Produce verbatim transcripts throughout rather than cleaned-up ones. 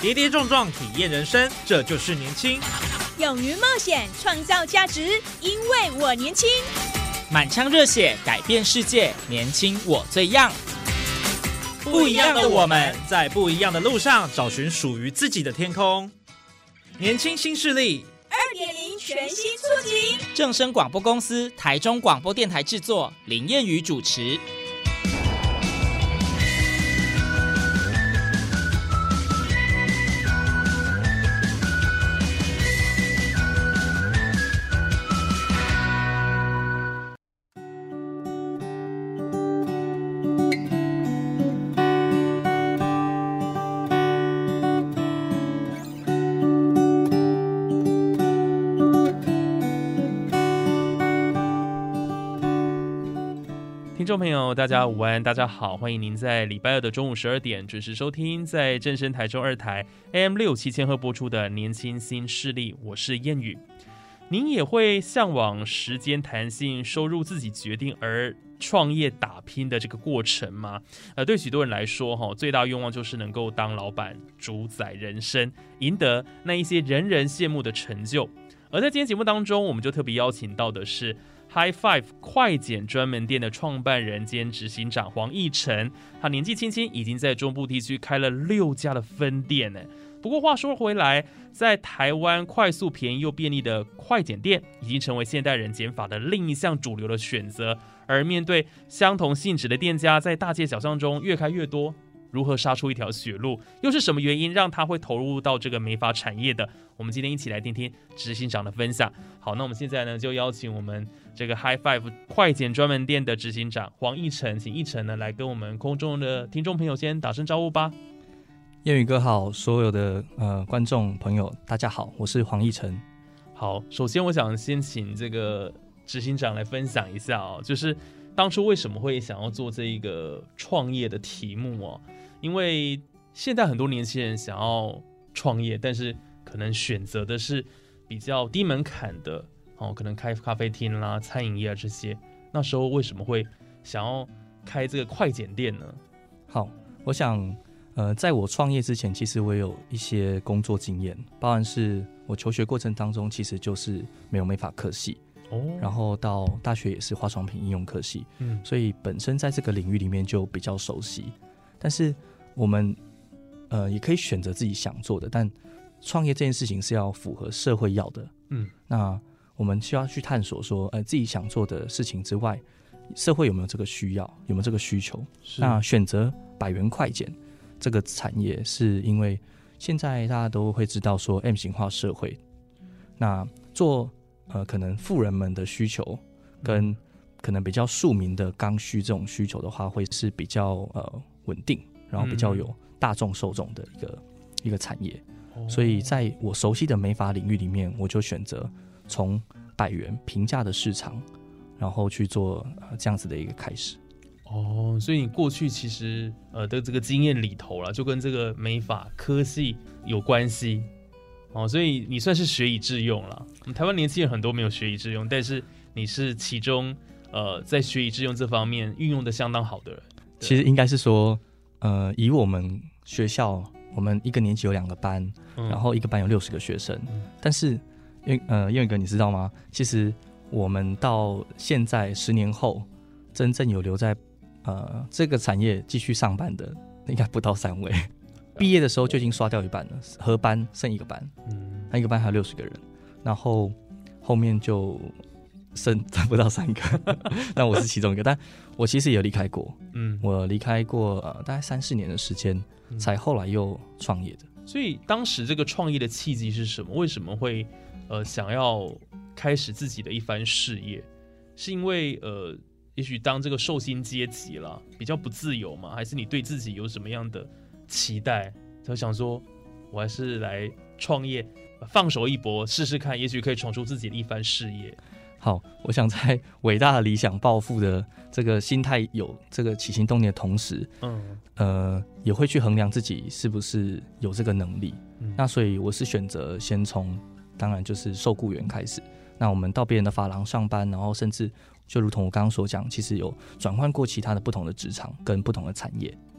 跌跌撞撞体验人生，这就是年轻。 勇于冒险，创造价值，因为我年轻。 满腔热血，改变世界，年轻我最样。 不一样的我们，在不一样的路上找寻属于自己的天空。年轻新势力二点零 全新出击， 正声广播公司台中广播电台制作，林燕瑜主持。 听众朋友大家午安，大家好，欢迎您在礼拜二的中午十二点准时收听在正声台中二台 A M 六七千赫播出的年轻新势力，我是燕宇。您也会向往时间弹性、收入自己决定而创业打拼的这个过程吗？呃，对许多人来说，最大愿望就是能够当老板，主宰人生，赢得那一些人人羡慕的成就。而在今天节目当中，我们就特别邀请到的是High Five 快剪专门店的创办人兼执行长黄义成，他年纪轻轻已经在中部地区开了六家的分店呢。不过话说回来，在台湾快速、便宜又便利的快剪店已经成为现代人剪发的另一项主流的选择。而面对相同性质的店家在大街小巷中越开越多，如何杀出一条血路？又是什么原因让他会投入到这个美发产业的？我们今天一起来听听执行长的分享。好，那我们现在呢就邀请我们这个 High Five 快剪专门店的执行长黄义成，请义成呢来跟我们空中的听众朋友先打声招呼吧。 燕宇哥好，所有的呃观众朋友大家好，我是黄义成。 好，首先我想先请这个执行长来分享一下哦，就是当初为什么会想要做这一个创业的题目哦？因为现在很多年轻人想要创业，但是可能选择的是比较低门槛的哦，可能开咖啡厅啦、餐饮业啊这些。那时候为什么会想要开这个快剪店呢？ 好，我想呃，在我创业之前，其实我有一些工作经验，包含是我求学过程当中，其实就是美容美发科系。哦，然后到大学也是化妆品应用科系，嗯，所以本身在这个领域里面就比较熟悉。但是我们呃也可以选择自己想做的，但创业这件事情是要符合社会要的，嗯，那我们需要去探索说，呃，自己想做的事情之外，社会有没有这个需要，有没有这个需求？那选择百元快剪这个产业，是因为现在大家都会知道说 M 型化社会，那做呃可能富人们的需求跟可能比较庶民的刚需这种需求的话，会是比较呃稳定，然后比较有大众受众的一个、嗯、一个产业。所以在我熟悉的美发领域里面，我就选择从百元平价的市场，然后去做、呃、这样子的一个开始。 哦，所以你过去其实呃的这个经验里头啦，就跟这个美发科系有关系哦，所以你算是学以致用啦。我们台湾年轻人很多没有学以致用，但是你是其中呃在学以致用这方面运用的相当好的人。 其实应该是说，呃，以我们学校，我们一个年级有两个班，嗯、然后一个班有六十个学生，嗯、但是呃，燕宇哥你知道吗？其实我们到现在十年后，真正有留在呃这个产业继续上班的，应该不到三位。毕业的时候就已经刷掉一半了，合班剩一个班，嗯，那一个班还有六十个人，然后后面就剩不到三个，那我是其中一个，但我其实也有离开过，嗯，我离开过呃大概三四年的时间，嗯、才后来又创业的。 所以当时这个创业的契机是什么？为什么会呃想要开始自己的一番事业？是因为呃，也许当这个受薪阶级啦，比较不自由吗？还是你对自己有什么样的期待，才想说我还是来创业，放手一搏试试看，也许可以闯出自己的一番事业。 好，我想在伟大的理想抱负的这个心态有这个起心动念的同时，嗯，呃，也会去衡量自己是不是有这个能力。嗯、那所以我是选择先从，当然就是受雇员开始。那我们到别人的发廊上班，然后甚至就如同我刚刚所讲，其实有转换过其他的不同的职场跟不同的产业。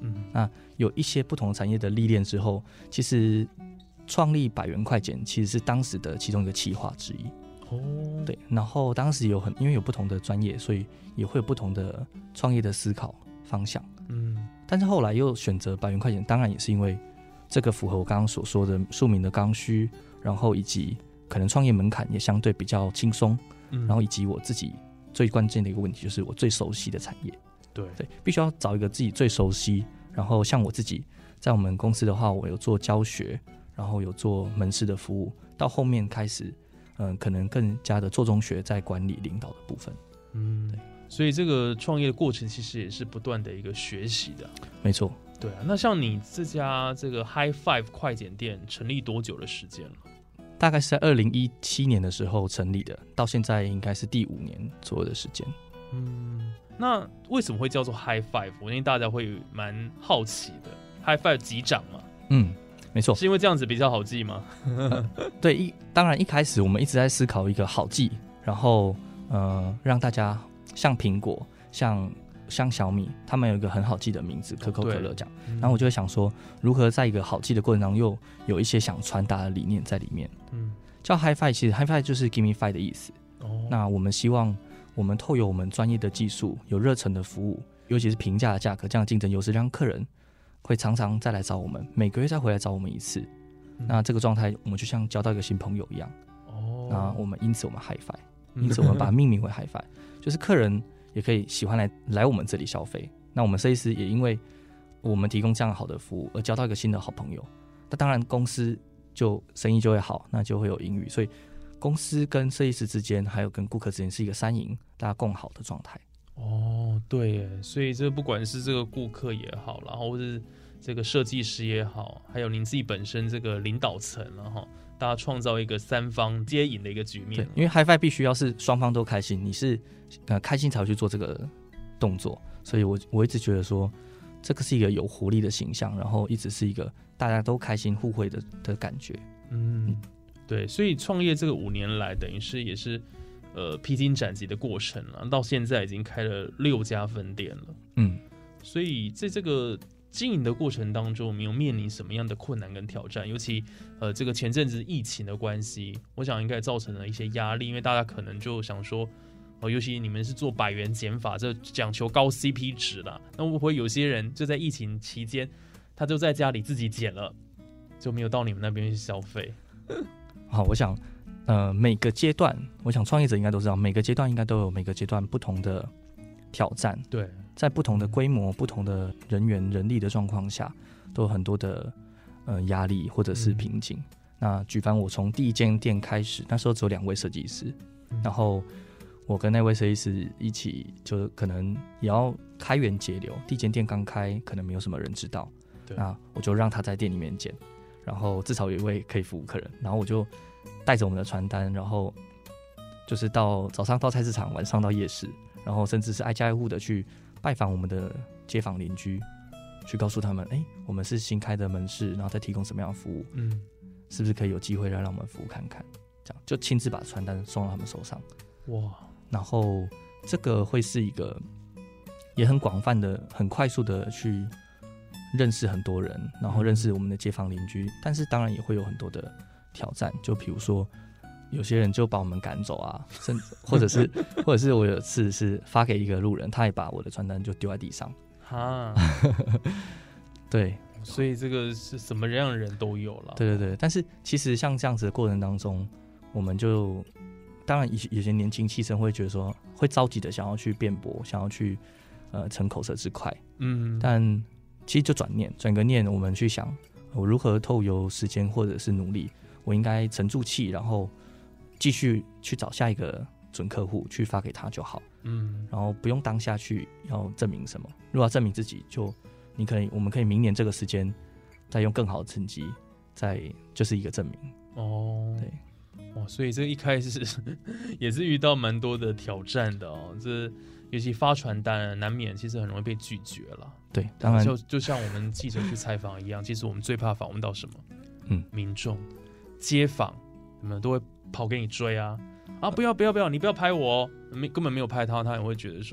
嗯，那有一些不同的产业的历练之后，其实创立百元快剪其实是当时的其中一个企划之一。哦，对，然后当时有很因为有不同的专业，所以也会有不同的创业的思考方向。嗯，但是后来又选择百元快剪，当然也是因为这个符合我刚刚所说的庶民的刚需，然后以及可能创业门槛也相对比较轻松，嗯，然后以及我自己最关键的一个问题就是我最熟悉的产业。 对对，必须要找一个自己最熟悉，然后像我自己在我们公司的话，我有做教学，然后有做门市的服务，到后面开始嗯，可能更加的做中学在管理领导的部分。 嗯，对，所以这个创业的过程其实也是不断的一个学习的。 没错。 对啊，那像你这家这个 High Five 快剪店成立多久的时间了？ 大概是在二零一七年的时候成立的，到现在应该是第五年左右的时间。 嗯，那为什么会叫做 High Five？ 我相信大家会蛮好奇的。High Five 击掌嘛？ 嗯，没错。 是因为这样子比较好记吗？ 呃、对，一当然一开始我们一直在思考一个好记，然后呃让大家像苹果、像像小米，他们有一个很好记的名字，可口可乐这样。然后我就会想说，如何在一个好记的过程当中，又有一些想传达的理念在里面。嗯，叫 High Five， 其实 High Five 就是 Give me five 的意思。哦，那我们希望我们透过我们专业的技术、有热忱的服务，尤其是平价的价格，这样的竞争优势，让客人会常常再来找我们，每个月再回来找我们一次。嗯、那这个状态，我们就像交到一个新朋友一样。哦，那我们因此我们 High Five， 因此我们把它命名为 High Five， 就是客人也可以喜欢来来我们这里消费。那我们设计师也因为我们提供这样好的服务，而交到一个新的好朋友。那当然公司就生意就会好，那就会有盈余。所以公司跟设计师之间，还有跟顾客之间是一个三赢，大家共好的状态。 哦，对耶，所以这不管是这个顾客也好，然后或是这个设计师也好，还有您自己本身这个领导层，然后大家创造一个三方皆赢的一个局面。 对，因为 High Five 必须要是双方都开心，你是呃开心才会去做这个动作，所以我我一直觉得说，这个是一个有活力的形象，然后一直是一个大家都开心互惠的的感觉。嗯， 嗯对，所以创业这个五年来，等于是也是呃披荆斩棘的过程了，到现在已经开了六家分店了。嗯，所以在这个经营的过程当中，我们有面临什么样的困难跟挑战？尤其呃这个前阵子疫情的关系，我想应该造成了一些压力，因为大家可能就想说，哦，尤其你们是做百元减法，这讲求高 C P 值啦，那会不会有些人就在疫情期间，他就在家里自己减了，就没有到你们那边去消费？ 好，我想，呃，每个阶段，我想创业者应该都知道，每个阶段应该都有每个阶段不同的挑战。 对， 在不同的规模、不同的人员、人力的状况下，都有很多的呃压力或者是瓶颈。嗯、那举凡我从第一间店开始，那时候只有两位设计师，嗯、然后我跟那位设计师一起，就可能也要开源节流。第一间店刚开，可能没有什么人知道，那我就让他在店里面剪。然后至少有一位可以服务客人，然后我就带着我们的传单，然后就是到早上到菜市场，晚上到夜市，然后甚至是挨家挨户的去拜访我们的街坊邻居，去告诉他们，哎，我们是新开的门市，然后再提供什么样的服务，嗯，是不是可以有机会让让我们服务看看？这样就亲自把传单送到他们手上，哇！然后这个会是一个也很广泛的、很快速的去认识很多人，然后认识我们的街坊邻居，但是当然也会有很多的挑战，就比如说有些人就把我们赶走啊，甚至或者是或者是我有次是发给一个路人，他也把我的传单就丢在地上，哈，对， 所以这个是什么样的人都有了， 对对对。但是其实像这样子的过程当中，我们就当然有些年轻气盛会觉得说会着急的想要去辩驳，想要去呃逞口舌之快，嗯，但其实就转念，转个念，我们去想，我如何透由时间或者是努力，我应该沉住气，然后继续去找下一个准客户，去发给他就好。嗯，然后不用当下去要证明什么，如果要证明自己，就你可以，我们可以明年这个时间再用更好的成绩，再就是一个证明。哦，对。 哇，所以这一开始也是遇到蛮多的挑战的哦，这尤其发传单难免其实很容易被拒绝了。 对，当然就就像我们记者去采访一样，其实我们最怕访问到什么？嗯，民众、街坊，你们都会跑给你追啊啊！不要不要不要，你不要拍我哦，没根本没有拍他，他也会觉得说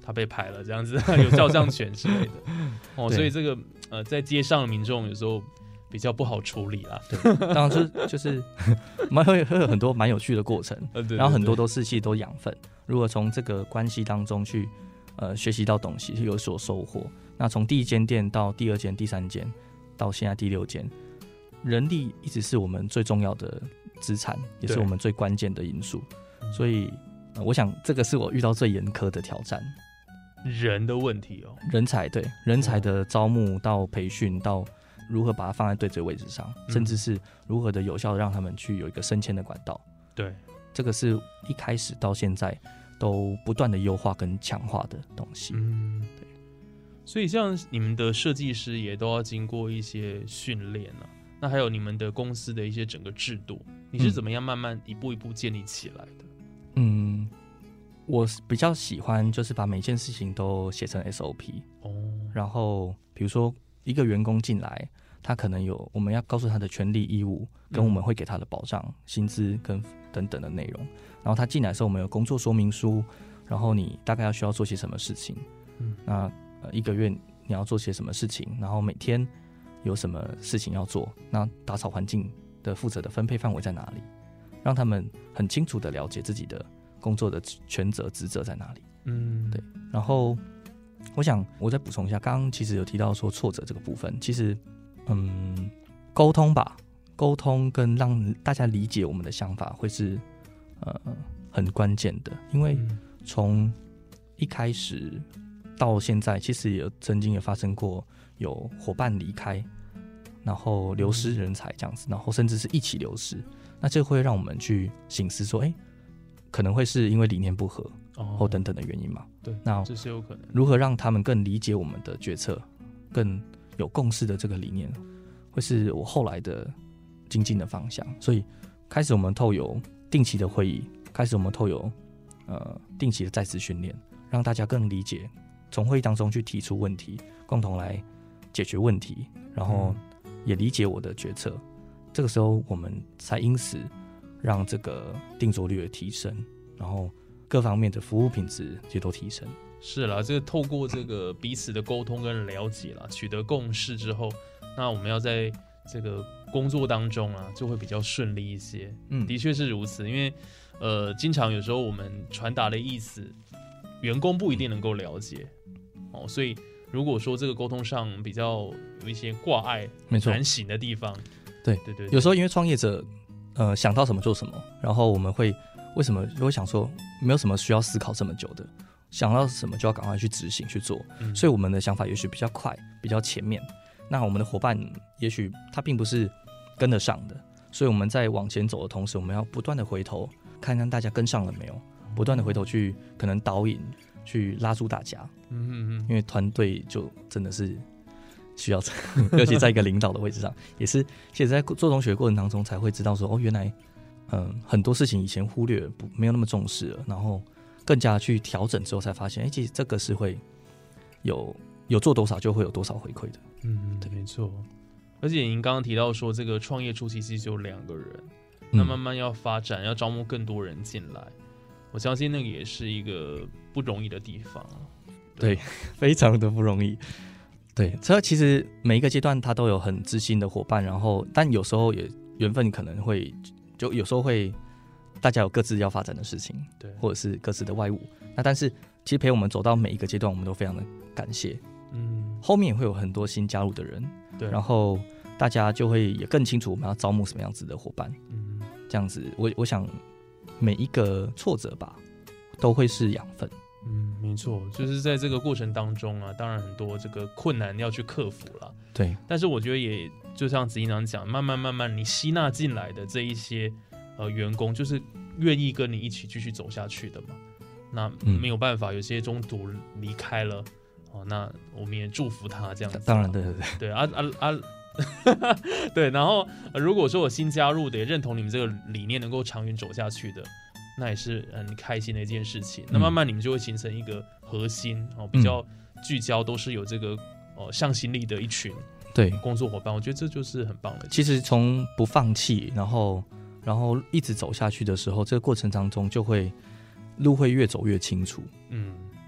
他被排了这样子，有肖像权之类的哦，所以这个呃在街上的民众有时候比较不好处理啦。 对，当然就就是蛮会会有很多蛮有趣的过程， 呃、对对对， 然后很多都是其实都养分。如果从这个关系当中去呃学习到东西，有所收获。那从第一间店到第二间、第三间，到现在第六间，人力一直是我们最重要的资产，也是我们最关键的因素。所以、呃、我想这个是我遇到最严苛的挑战。 人的问题哦， 人才对人才的招募到培训到如何把它放在对的位置上， 嗯、 甚至是如何的有效的让他们去有一个升迁的管道。 对， 这个是一开始到现在都不断的优化跟强化的东西。 嗯，对。所以像你们的设计师也都要经过一些训练啊，那还有你们的公司的一些整个制度，你是怎么样慢慢一步一步建立起来的？ 嗯，我比较喜欢就是把每件事情都写成 S O P 哦，然后比如说一个员工进来，他可能有我们要告诉他的权利义务，跟我们会给他的保障、嗯、薪资跟等等的内容。然后他进来的时候，我们有工作说明书，然后你大概要需要做些什么事情，嗯，那、呃、一个月你要做些什么事情，然后每天有什么事情要做，那打扫环境的负责的分配范围在哪里，让他们很清楚的了解自己的工作的权责职责在哪里。嗯，对。然后我想我再补充一下，刚刚其实有提到说挫折这个部分，其实嗯，沟通吧，沟通跟让大家理解我们的想法会是呃很关键的，因为从一开始到现在，其实也曾经也发生过有伙伴离开，然后流失人才这样子，然后甚至是一起流失，那这会让我们去省思说，哎，可能会是因为理念不合、哦、或等等的原因嘛。 对， 那这是有可能。 如何让他们更理解我们的决策，更有共识的这个理念，会是我后来的精进的方向。所以开始我们透有定期的会议，开始我们透有呃定期的再次训练，让大家更理解，从会议当中去提出问题，共同来解决问题，然后也理解我的决策。这个时候我们才因此让这个定着率的提升，然后各方面的服务品质也都提升。 是啦，这个透过这个彼此的沟通跟了解啦，取得共识之后，那我们要在这个工作当中啊，就会比较顺利一些。嗯，的确是如此，因为呃，经常有时候我们传达的意思，员工不一定能够了解哦，所以如果说这个沟通上比较有一些挂碍、难行的地方， 对对 对, 对，有时候因为创业者呃想到什么做什么，然后我们会为什么会想说没有什么需要思考这么久的，想到什么就要赶快去执行去做、嗯，所以我们的想法也许比较快，比较前面。那我们的伙伴也许他并不是跟得上的，所以我们在往前走的同时，我们要不断的回头看看大家跟上了没有，不断的回头去可能导引，去拉住大家。嗯嗯嗯，因为团队就真的是需要，尤其在一个领导的位置上，也是其实在做同学的过程当中才会知道说，哦，原来嗯很多事情以前忽略不没有那么重视了，然后更加去调整之后才发现，哎，其实这个是会有有做多少就会有多少回馈的。 嗯，对，没错。而且您刚刚提到说，这个创业初期其实只有两个人、嗯，那慢慢要发展，要招募更多人进来，我相信那个也是一个不容易的地方。 对，对非常的不容易。对，这其实每一个阶段他都有很知心的伙伴，然后但有时候也缘分可能会就有时候会大家有各自要发展的事情，对，或者是各自的外务。那但是其实陪我们走到每一个阶段，我们都非常的感谢。嗯，后面也会有很多新加入的人，对，然后大家就会也更清楚我们要招募什么样子的伙伴。嗯，这样子，我我想每一个挫折吧，都会是养分。 嗯，没错，就是在这个过程当中啊，当然很多这个困难要去克服了。 对， 但是我觉得也就像子怡长讲，慢慢慢慢你吸纳进来的这一些呃员工，就是愿意跟你一起继续走下去的嘛。那没有办法，有些中途离开了。哦，那我们也祝福他这样子。 当然，对对对， 对啊啊啊，对。然后、呃、如果说我新加入的也认同你们这个理念，能够长远走下去的，那也是很开心的一件事情。嗯、那慢慢你们就会形成一个核心哦，比较聚焦，都是有这个呃向心力的一群对工作伙伴。我觉得这就是很棒的。 其实从不放弃，然后然后一直走下去的时候，这个过程当中就会路会越走越清楚。嗯。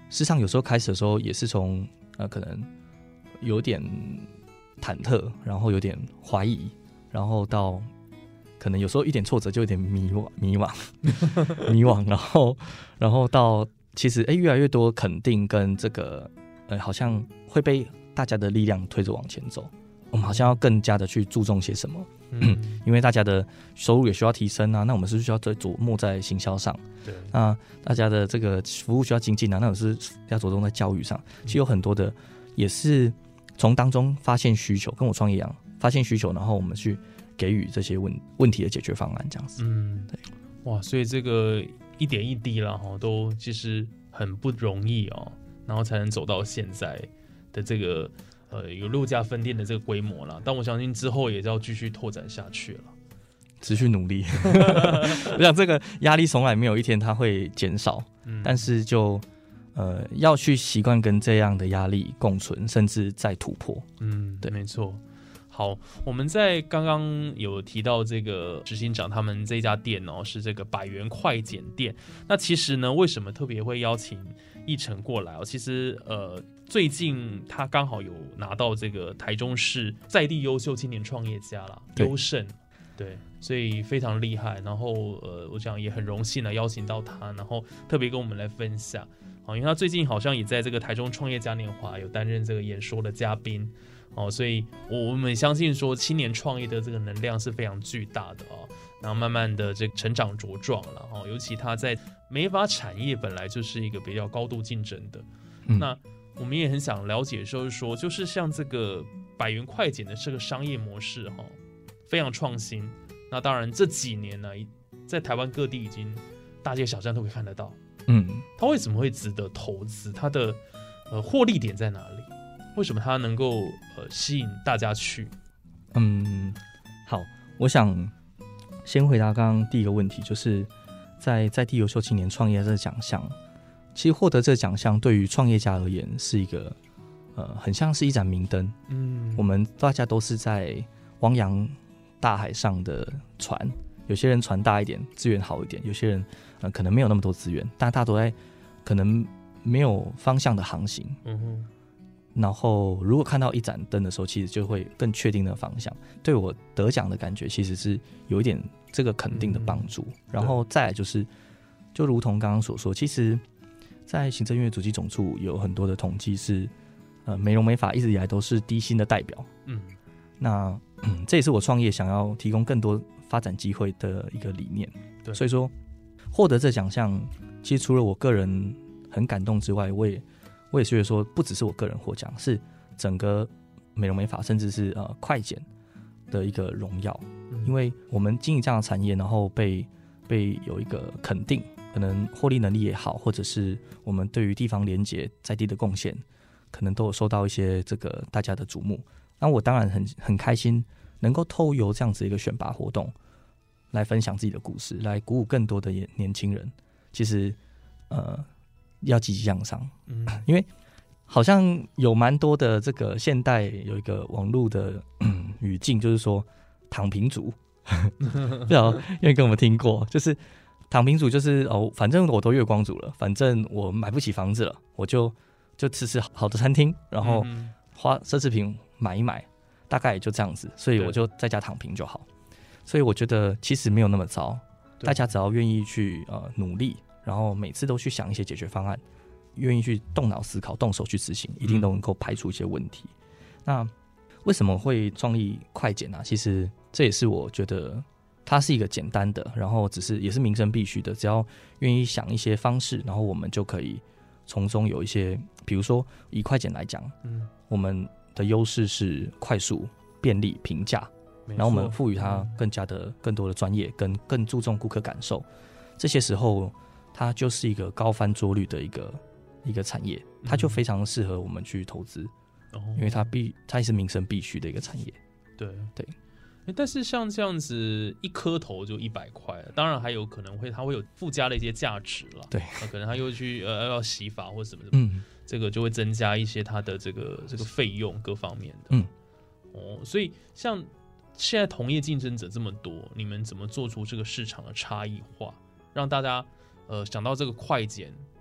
事实上有时候开始的时候也是从呃可能有点忐忑，然后有点怀疑，然后到可能有时候一点挫折就有点迷惘迷惘迷惘，然后然后到其实哎越来越多肯定跟这个呃好像会被大家的力量推着往前走，我们好像要更加的去注重些什么。嗯，因为大家的收入也需要提升啊，那我们是需要琢磨在行销上。 对， 那大家的这个服务需要精进啊，那我是要着重在教育上。其实有很多的也是从当中发现需求，跟我创业一样，发现需求，然后我们去给予这些问问题的解决方案，这样子。嗯，对， 哇，所以这个一点一滴啦，都其实很不容易哦，然后才能走到现在的这个。呃，有六家分店的这个规模啦，但我相信之后也是要继续拓展下去了， 持续努力。我想这个压力从来没有一天它会减少，嗯、但是就呃要去习惯跟这样的压力共存，甚至再突破。 嗯，对，没错。好，我们在刚刚有提到这个执行长他们这家店哦，是这个百元快剪店。那其实呢，为什么特别会邀请奕成过来哦？其实呃。最近他刚好有拿到这个台中市在地优秀青年创业家啦，优胜，对，所以非常厉害。然后呃，我想也很荣幸的邀请到他，然后特别跟我们来分享。哦，因为他最近好像也在这个台中创业嘉年华有担任这个演说的嘉宾哦，所以我们相信说青年创业的这个能量是非常巨大的哦。然后慢慢的这个成长茁壮了哦，尤其他在美发产业本来就是一个比较高度竞争的，嗯、那。我们也很想了解，就是说，就是像这个百元快剪的这个商业模式哈，非常创新。那当然这几年呢，在台湾各地已经大街小巷都可以看得到。嗯，它为什么会值得投资？它的呃获利点在哪里？为什么它能够呃吸引大家去？ 嗯，好，我想先回答刚刚第一个问题，就是在在地优秀青年创业这个奖项。其实获得这个奖项对于创业家而言是一个，呃，很像是一盏明灯。嗯，我们大家都是在汪洋大海上的船，有些人船大一点，资源好一点；有些人呃可能没有那么多资源，但大家都在可能没有方向的航行。嗯哼。然后如果看到一盏灯的时候，其实就会更确定的方向。对我得奖的感觉，其实是有一点这个肯定的帮助。嗯、然后再来就是，就如同刚刚所说，其实。在行政院主计总处有很多的统计是，呃，美容美发一直以来都是低薪的代表。嗯，那、嗯、这也是我创业想要提供更多发展机会的一个理念。对，所以说获得这奖项，其实除了我个人很感动之外，我也我也觉得说，不只是我个人获奖，是整个美容美发甚至是呃快剪的一个荣耀。嗯、因为我们经营这样的产业，然后被被有一个肯定。可能获利能力也好，或者是我们对于地方连结在地的贡献，可能都有受到一些这个大家的瞩目。那我当然很很开心，能够透由这样子一个选拔活动，来分享自己的故事，来鼓舞更多的年轻人。其实，呃，要积极向上，嗯，因为好像有蛮多的这个现代有一个网络的、嗯、语境，就是说躺平族，不知道因为跟我们听过，就是。躺平族就是哦，反正我都月光族了，反正我买不起房子了，我就就吃吃好的餐厅，然后花奢侈品买一买，大概也就这样子，所以我就在家躺平就好。所以我觉得其实没有那么糟，大家只要愿意去呃努力，然后每次都去想一些解决方案，愿意去动脑思考、动手去执行，一定都能够排除一些问题。嗯、那为什么会创立快剪啊？其实这也是我觉得。它是一个简单的，然后只是也是民生必须的，只要愿意想一些方式，然后我们就可以从中有一些，比如说以快剪来讲，嗯，我们的优势是快速、便利、平价，然后我们赋予它更加的更多的专业，跟更注重顾客感受，这些时候它就是一个高翻桌率的一个一个产业，它就非常适合我们去投资，嗯、因为它必它也是民生必须的一个产业， 对对。 但是像这样子一颗头就一百块，当然还有可能会它会有附加的一些价值了。 对， 可能它又去呃要洗发或什么什么，嗯，这个就会增加一些它的这个这个费用各方面的。嗯，哦，所以像现在同业竞争者这么多，你们怎么做出这个市场的差异化，让大家呃想到这个快剪，可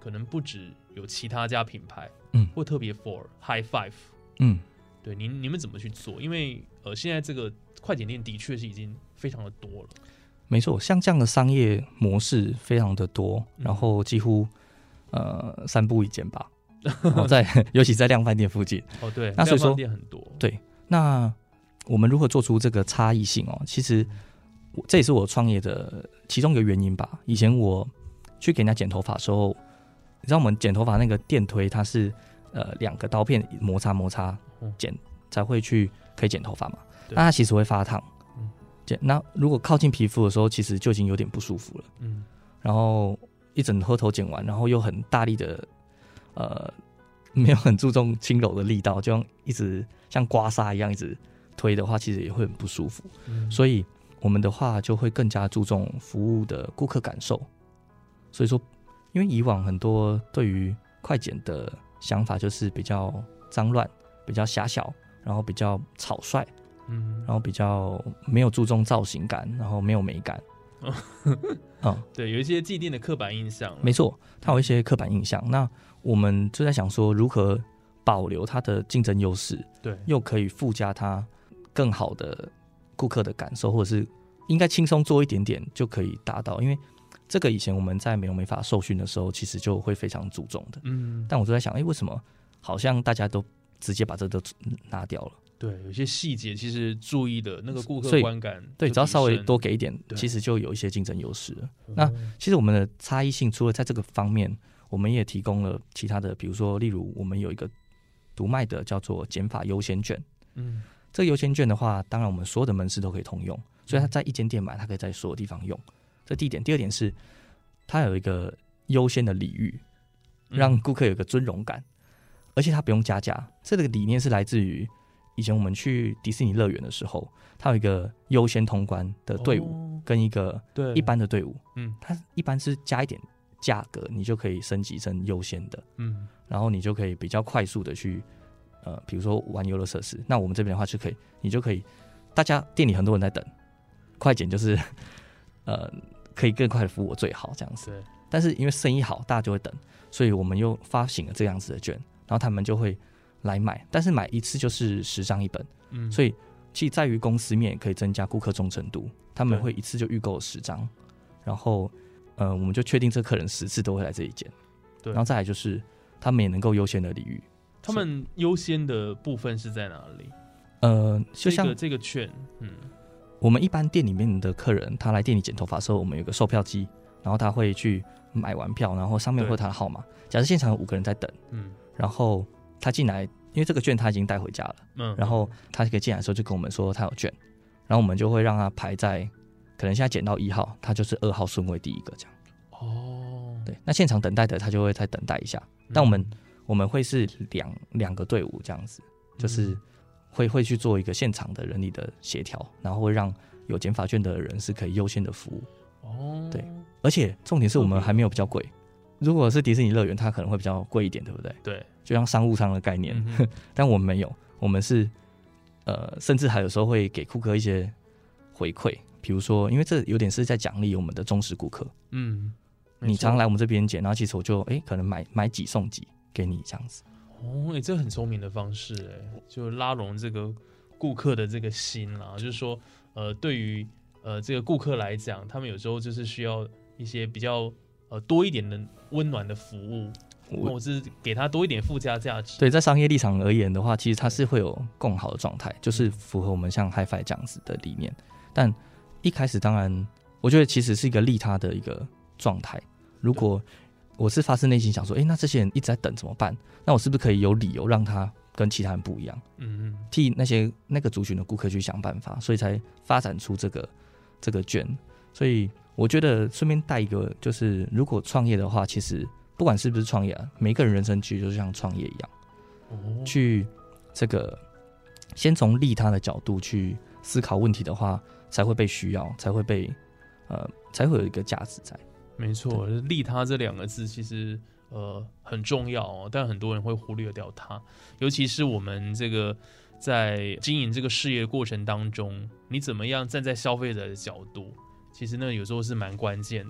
可能不只有其他家品牌， 嗯， 或特别 for high five， 嗯， 对，你你们怎么去做？因为呃，现在这个快剪店的确是已经非常的多了。 没错，像这样的商业模式非常的多，然后几乎呃三步一间吧。然后在尤其在量贩店附近， 哦对， 那所以说量贩店很多。 对，那我们如何做出这个差异性哦？其实我这也是我创业的其中一个原因吧。以前我去给人家剪头发的时候，你知道我们剪头发那个电推，它是呃两个刀片摩擦摩擦剪才会去可以剪头发嘛。那它其实会发烫，嗯，剪那如果靠近皮肤的时候，其实就已经有点不舒服了。嗯，然后一整颗头剪完，然后又很大力的。呃，没有很注重轻柔的力道，就像一直像刮痧一样一直推的话，其实也会很不舒服。嗯、所以我们的话就会更加注重服务的顾客感受。所以说，因为以往很多对于快剪的想法就是比较脏乱、比较狭小，然后比较草率，嗯，然后比较没有注重造型感，然后没有美感。 嗯，对，有一些既定的刻板印象。 没错，它有一些刻板印象。那我们就在想说，如何保留它的竞争优势，对，又可以附加它更好的顾客的感受，或者是应该轻松做一点点就可以达到。因为这个以前我们在美容美发受训的时候，其实就会非常注重的。嗯，但我就在想，哎、欸，为什么好像大家都直接把这都拿掉了？ 对，有些细节其实注意的那个顾客观感， 对，只要稍微多给一点，其实就有一些竞争优势了。那其实我们的差异性，除了在这个方面，我们也提供了其他的，比如说，例如我们有一个独卖的叫做剪发优先券。嗯，这个优先券的话，当然我们所有的门市都可以通用，所以它在一间店买，它可以在所有地方用。这第一点，第二点是它有一个优先的礼遇，让顾客有一个尊荣感，而且它不用加价。这个理念是来自于。以前我们去迪士尼乐园的时候，它有一个优先通关的队伍，跟一个一般的队伍。嗯，它一般是加一点价格，你就可以升级成优先的。嗯，然后你就可以比较快速的去，呃，比如说玩游乐设施。那我们这边的话就可以，你就可以，大家店里很多人在等，快剪就是，呃，可以更快的服务我最好这样子。对。但是因为生意好，大家就会等，所以我们又发行了这样子的券，然后他们就会。来买，但是买一次就是十张一本，嗯，所以其实在于公司面也可以增加顾客忠诚度，他们会一次就预购十张，然后呃，我们就确定这客人十次都会来这一间，对，然后再来就是他们也能够优先的礼遇。 他们优先的部分是在哪里？ 呃，就像、 这个、这个券，嗯， 我们一般店里面的客人，他来店里剪头发的时候，我们有个售票机，然后他会去买完票，然后上面会有他的号码。假设现场有五个人在等，嗯，然后。他进来，因为这个券他已经带回家了，嗯，然后他可以进来的时候就跟我们说他有券，然后我们就会让他排在，可能现在捡到一号，他就是二号顺位第一个这样。哦，对，那现场等待的他就会再等待一下，但我们、嗯、我们会是两两个队伍这样子，就是会会去做一个现场的人力的协调，然后会让有剪发券的人是可以优先的服务。哦，对，而且重点是我们还没有比较贵。如果是迪士尼乐园，它可能会比较贵一点，对不对？ 对， 就像商务舱的概念，嗯、但我们没有，我们是呃，甚至还有时候会给顾客一些回馈，比如说，因为这有点是在奖励我们的忠实顾客。嗯，你常来我们这边剪，然后其实我就哎、欸，可能买买几送几给你这样子。 哦，哎、欸，这很聪明的方式，哎，就拉拢这个顾客的这个心啦。就是说，呃，对于呃这个顾客来讲，他们有时候就是需要一些比较。呃，多一点的温暖的服务，或者是给他多一点附加价值。 对，在商业立场而言的话，其实它是会有更好的状态，就是符合我们像 HiFi 这样子的理念。但一开始，当然，我觉得其实是一个利他的一个状态。如果我是发自内心想说，哎、欸，那这些人一直在等怎么办？那我是不是可以有理由让他跟其他人不一样？嗯嗯，替那些那个族群的顾客去想办法，所以才发展出这个这个券。所以。我觉得顺便带一个，就是如果创业的话，其实不管是不是创业啊，每个人人生其实就像创业一样，哦、去这个先从利他的角度去思考问题的话，才会被需要，才会被呃，才会有一个价值在。 没错，利他这两个字其实呃很重要哦，但很多人会忽略掉它，尤其是我们这个在经营这个事业的过程当中，你怎么样站在消费者的角度？其实那有时候是蛮关键的。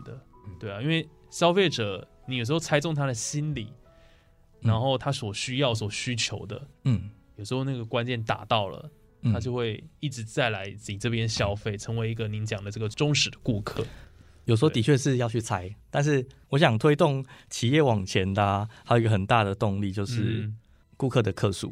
对啊，因为消费者你有时候猜中他的心理，然后他所需要、所需求的，嗯，有时候那个关键打到了，他就会一直再来你这边消费，成为一个您讲的这个忠实的顾客。 有时候的确是要去猜，但是我想推动企业往前的、啊，还有一个很大的动力就是顾客的客诉。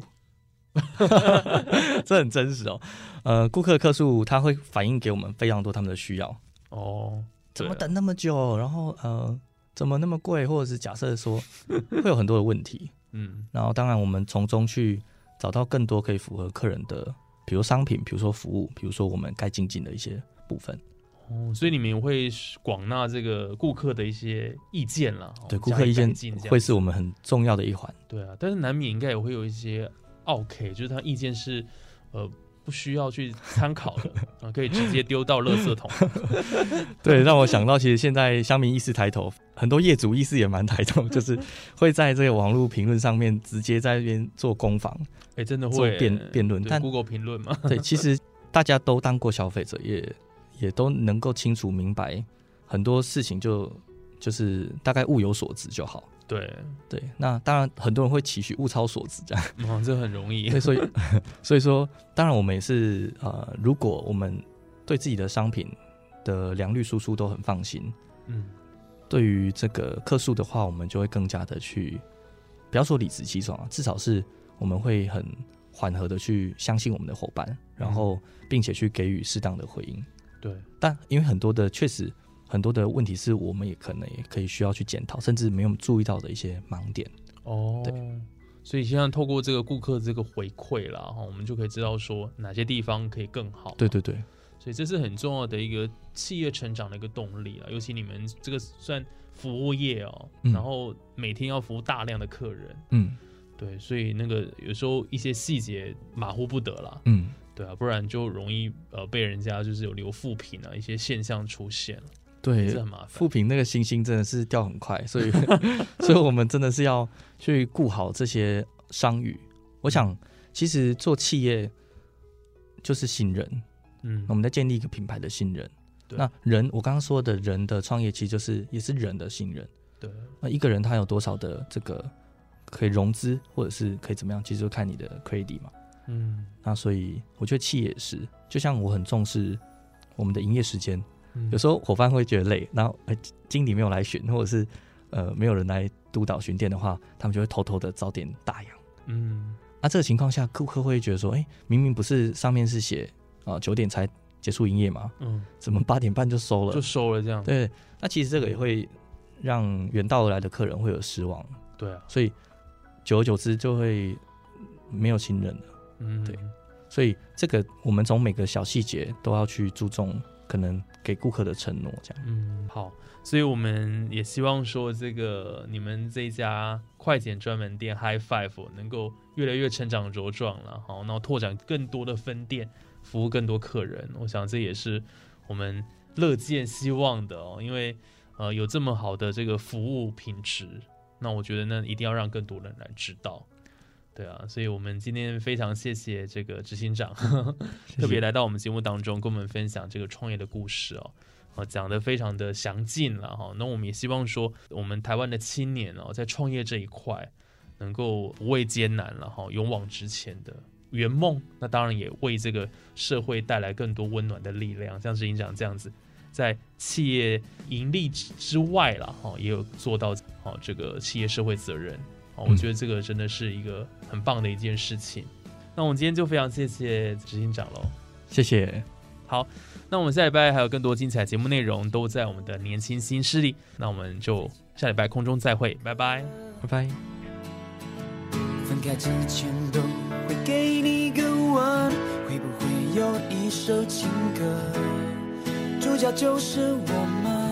这很真实哦。呃，顾客的客诉他会反映给我们非常多他们的需要。哦，怎么等那么久？然后呃，怎么那么贵？或者是假设说会有很多的问题。嗯，然后当然我们从中去找到更多可以符合客人的，比如商品，比如说服务，比如说我们该精进的一些部分。哦， 所以你们会广纳这个顾客的一些意见啦。 对，顾客意见会是我们很重要的一环。 对啊，但是难免应该也会有一些 OK， 就是他意见是呃不需要去参考的啊，可以直接丢到垃圾桶。 对，让我想到其实现在乡民意识抬头，很多业主意识也蛮抬头，就是会在这个网络评论上面直接在那边做攻防。 哎、欸，真的会做辩辩论，但 Google 评论嘛。 对，其实大家都当过消费者，也也都能够清楚明白很多事情就，就是大概物有所值就好。 对对，那当然很多人会期许物超所值这样， 哦，这很容易。 所以所以说，当然我们也是呃，如果我们对自己的商品的良率输出都很放心，嗯，对于这个客诉的话，我们就会更加的去，不要说理直气壮啊，至少是我们会很缓和的去相信我们的伙伴，然后并且去给予适当的回应。 对， 但因为很多的确实很多的问题是我们也可能也可以需要去检讨，甚至没有注意到的一些盲点。 哦，对，所以现在透过这个顾客这个回馈啦，我们就可以知道说哪些地方可以更好。 对对对， 所以这是很重要的一个企业成长的一个动力啦。尤其你们这个算服务业哦、嗯，然后每天要服务大量的客人，嗯，对，所以那个有时候一些细节马虎不得啦，嗯。对啊，不然就容易呃被人家就是有留负评啊，一些现象出现了。 对， 这很麻烦。 负评那个星星真的是掉很快，所以所以我们真的是要去顾好这些商誉。我想，其实做企业就是信任，嗯，我们在建立一个品牌的信任。那人，我刚刚说的人的创业，其实就是也是人的信任。 对， 那一个人他有多少的这个可以融资，或者是可以怎么样，其实就看你的 credit 嘛。嗯，那所以我觉得企业也是，就像我很重视我们的营业时间、嗯，有时候伙伴会觉得累，然后、欸、经理没有来巡，或者是呃没有人来督导巡店的话，他们就会偷偷的早点打烊。嗯，那这个情况下，顾客会觉得说，哎、欸，明明不是上面是写啊九点才结束营业嘛，嗯，怎么八点半就收了？ 就收了这样。 对，那其实这个也会让远道而来的客人会有失望。 对啊， 所以久而久之就会没有信任了。嗯，对，所以这个我们从每个小细节都要去注重，可能给顾客的承诺，这样。 嗯，好，所以我们也希望说，这个你们这一家快剪专门店 High Five 能够越来越成长茁壮了，好，然后拓展更多的分店，服务更多客人。我想这也是我们乐见希望的哦，因为呃有这么好的这个服务品质，那我觉得呢一定要让更多人来知道。对啊，所以我们今天非常谢谢这个执行长呵呵特别来到我们节目当中跟我们分享这个创业的故事哦，哦讲得非常的详尽了哈。那我们也希望说我们台湾的青年哦在创业这一块能够不畏艰难了哈，勇往直前的圆梦，那当然也为这个社会带来更多温暖的力量，像执行长这样子在企业盈利之外啦哈，也有做到哦这个企业社会责任。我觉得这个真的是一个很棒的一件事情。那我们今天就非常谢谢执行长喽， 谢谢。 好，那我们下礼拜还有更多精彩节目内容都在我们的年轻新势力，那我们就下礼拜空中再会，拜拜， 拜拜。 分开之前都会给你一个吻，会不会有一首情歌，主角就是我们。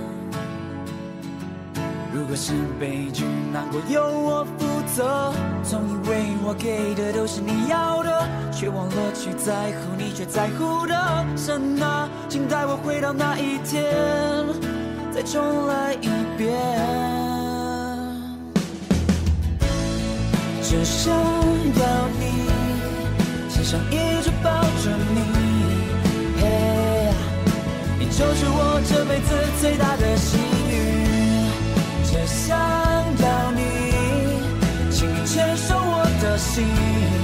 如果是悲剧，难过由我负责。总以为我给的都是你要的，却忘了去在乎你却在乎的。神啊，请带我回到那一天，再重来一遍。只想要你，心上一直抱着你。Hey, 你就是我这辈子最大的幸运。 心。